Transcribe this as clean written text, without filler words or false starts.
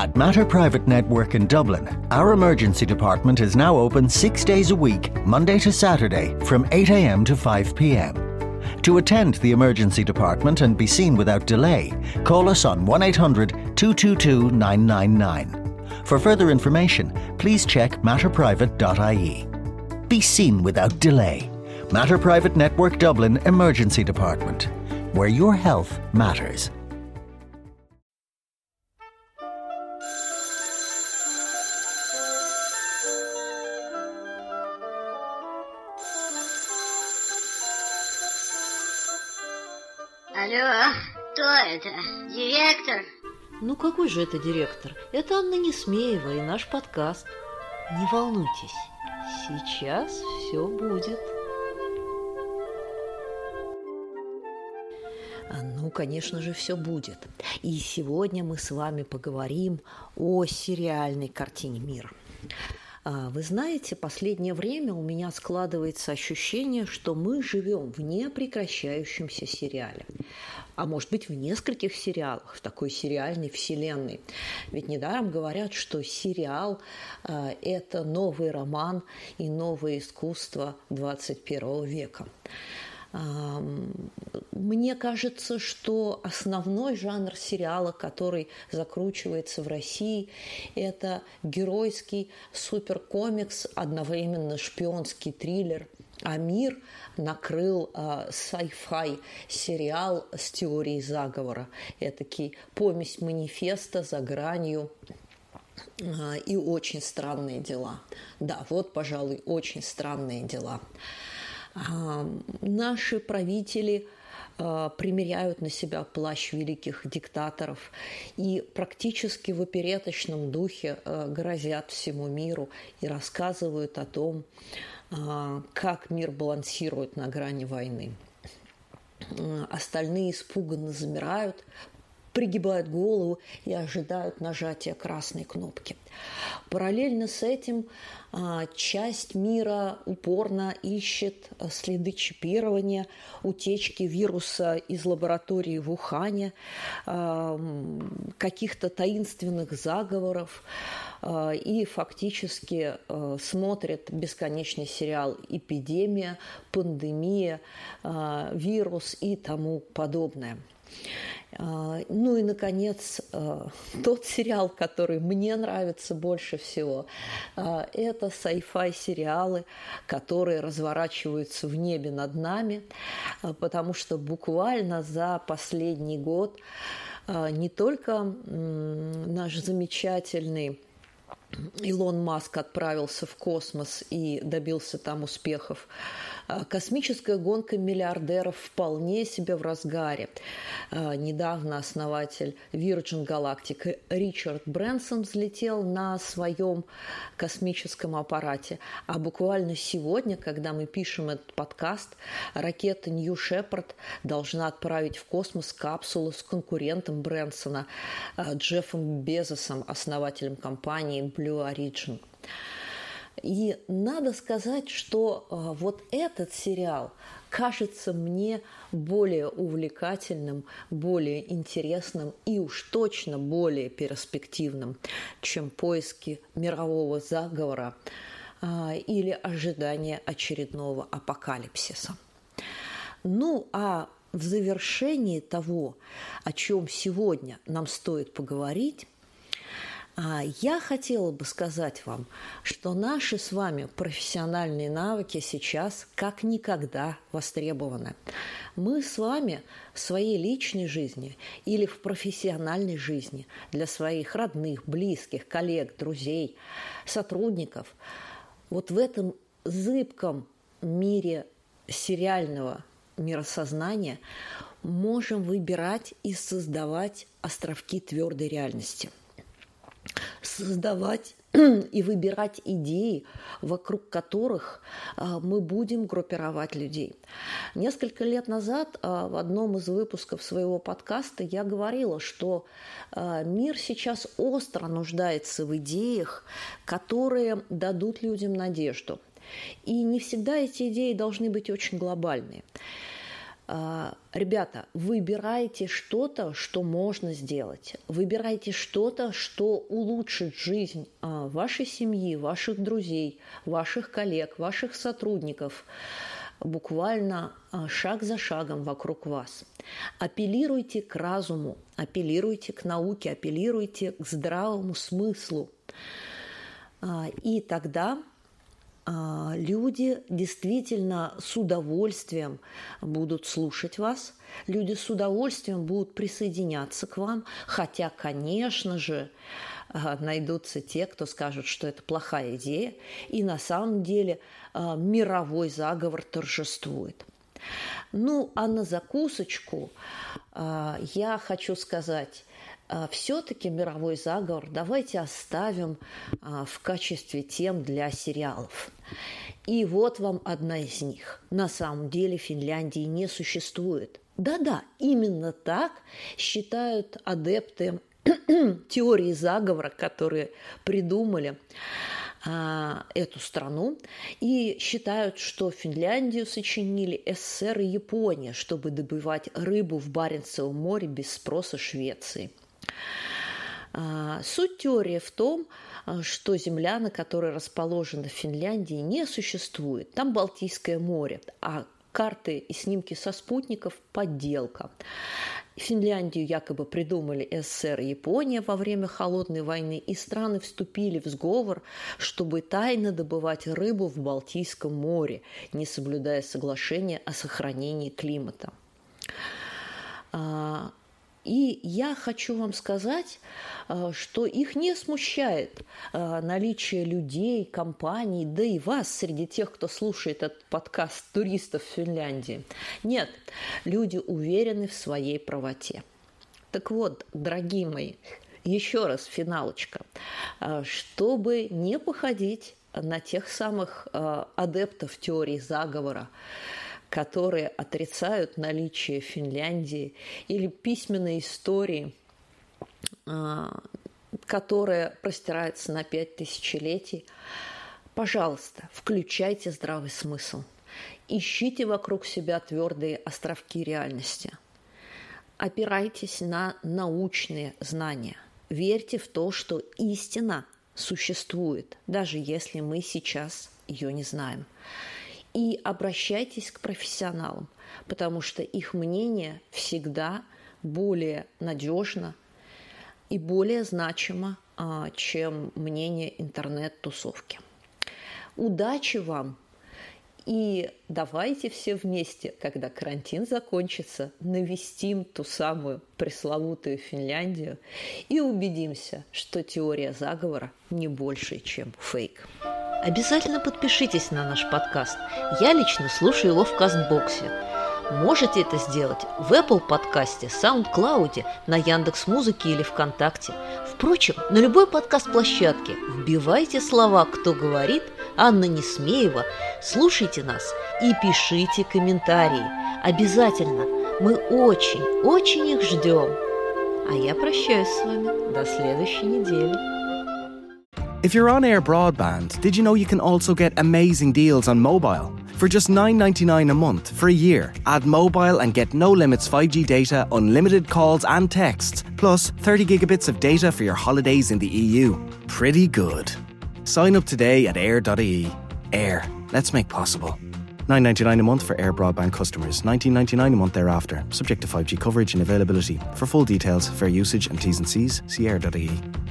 At Matter Private Network in Dublin, our emergency department is now open 6 days a week, Monday to Saturday, from 8 a.m. to 5 p.m. To attend the emergency department and be seen without delay, call us on 1-800-222-999. For further information, please check matterprivate.ie. Be seen without delay. Matter Private Network Dublin Emergency Department, where your health matters. Алло, кто это? Директор? Ну какой же это директор? Это Анна Несмеева и наш подкаст. Не волнуйтесь, сейчас все будет. Ну, конечно же, все будет. И сегодня мы с вами поговорим о сериальной картине мира. Вы знаете, последнее время у меня складывается ощущение, что мы живем в непрекращающемся сериале. А может быть, в нескольких сериалах, в такой сериальной вселенной. Ведь недаром говорят, что сериал – это новый роман и новое искусство 21 века. Мне кажется, что основной жанр сериала, который закручивается в России, это геройский суперкомикс, одновременно шпионский триллер. А мир накрыл sci-fi сериал с теорией заговора. Этакий помесь манифеста за гранью и очень странные дела. Да, вот, пожалуй, очень странные дела. Наши правители примеряют на себя плащ великих диктаторов и практически в опереточном духе грозят всему миру и рассказывают о том, как мир балансирует на грани войны. Остальные испуганно замирают, пригибают голову и ожидают нажатия красной кнопки. Параллельно с этим часть мира упорно ищет следы чипирования, утечки вируса из лаборатории в Ухане, каких-то таинственных заговоров и фактически смотрит бесконечный сериал «Эпидемия», «Пандемия», «Вирус» и тому подобное. Ну и, наконец, тот сериал, который мне нравится больше всего, это sci-fi сериалы, которые разворачиваются в небе над нами, потому что буквально за последний год не только наш замечательный Илон Маск отправился в космос и добился там успехов. Космическая гонка миллиардеров вполне себе в разгаре. Недавно основатель Virgin Galactic Ричард Брэнсон взлетел на своем космическом аппарате. А буквально сегодня, когда мы пишем этот подкаст, ракета New Shepard должна отправить в космос капсулу с конкурентом Брэнсона Джеффом Безосом, основателем компании Blue Origin. И надо сказать, что вот этот сериал кажется мне более увлекательным, более интересным и уж точно более перспективным, чем поиски мирового заговора или ожидание очередного апокалипсиса. Ну, а в завершении того, о чем сегодня нам стоит поговорить, я хотела бы сказать вам, что наши с вами профессиональные навыки сейчас как никогда востребованы. Мы с вами в своей личной жизни или в профессиональной жизни для своих родных, близких, коллег, друзей, сотрудников вот в этом зыбком мире сериального миросознания можем выбирать и создавать островки твердой реальности. Создавать и выбирать идеи, вокруг которых мы будем группировать людей. Несколько лет назад в одном из выпусков своего подкаста я говорила, что мир сейчас остро нуждается в идеях, которые дадут людям надежду. И не всегда эти идеи должны быть очень глобальные. Ребята, выбирайте что-то, что можно сделать. Выбирайте что-то, что улучшит жизнь вашей семьи, ваших друзей, ваших коллег, ваших сотрудников. Буквально шаг за шагом вокруг вас. Апеллируйте к разуму, апеллируйте к науке, апеллируйте к здравому смыслу. И тогда люди действительно с удовольствием будут слушать вас, люди с удовольствием будут присоединяться к вам, хотя, конечно же, найдутся те, кто скажут, что это плохая идея, и на самом деле мировой заговор торжествует. Ну, а на закусочку я хочу сказать, все-таки мировой заговор давайте оставим в качестве тем для сериалов. И вот вам одна из них. На самом деле Финляндии не существует. Да-да, именно так считают адепты теории заговора, которые придумали эту страну, и считают, что Финляндию сочинили СССР и Япония, чтобы добывать рыбу в Баренцевом море без спроса Швеции. Суть теории в том, что земля, на которой расположена Финляндия, не существует. Там Балтийское море, а карты и снимки со спутников – подделка. Финляндию якобы придумали СССР и Япония во время Холодной войны, и страны вступили в сговор, чтобы тайно добывать рыбу в Балтийском море, не соблюдая соглашения о сохранении климата. И я хочу вам сказать, что их не смущает наличие людей, компаний, да и вас среди тех, кто слушает этот подкаст, туристов в Финляндии. Нет, люди уверены в своей правоте. Так вот, дорогие мои, еще раз финалочка. Чтобы не походить на тех самых адептов теории заговора, которые отрицают наличие Финляндии, или письменной истории, которая простирается на 5 тысячелетий, пожалуйста, включайте здравый смысл. Ищите вокруг себя твердые островки реальности. Опирайтесь на научные знания. Верьте в то, что истина существует, даже если мы сейчас ее не знаем. И обращайтесь к профессионалам, потому что их мнение всегда более надежно и более значимо, чем мнение интернет-тусовки. Удачи вам! И давайте все вместе, когда карантин закончится, навестим ту самую пресловутую Финляндию и убедимся, что теория заговора не больше, чем фейк. Обязательно подпишитесь на наш подкаст. Я лично слушаю его в Кастбоксе. Можете это сделать в Apple подкасте, SoundCloud, на Яндекс.Музыке или ВКонтакте. Впрочем, на любой подкаст-площадке вбивайте слова «Кто говорит», Анна Несмеева, слушайте нас и пишите комментарии. Обязательно. Мы очень их ждем. А я прощаюсь с вами до следующей недели. If you're on Air Broadband, did you know you can also get amazing deals on mobile? For just $9.99 a month for a year, add mobile and get no limits 5G data, unlimited calls and texts, plus 30 gigabits of data for your holidays in the EU. Pretty good. Sign up today at air.ie. Air. Let's make possible. $9.99 a month for Air Broadband customers. $19.99 a month thereafter. Subject to 5G coverage and availability. For full details, fair usage and T's and C's, see air.ie.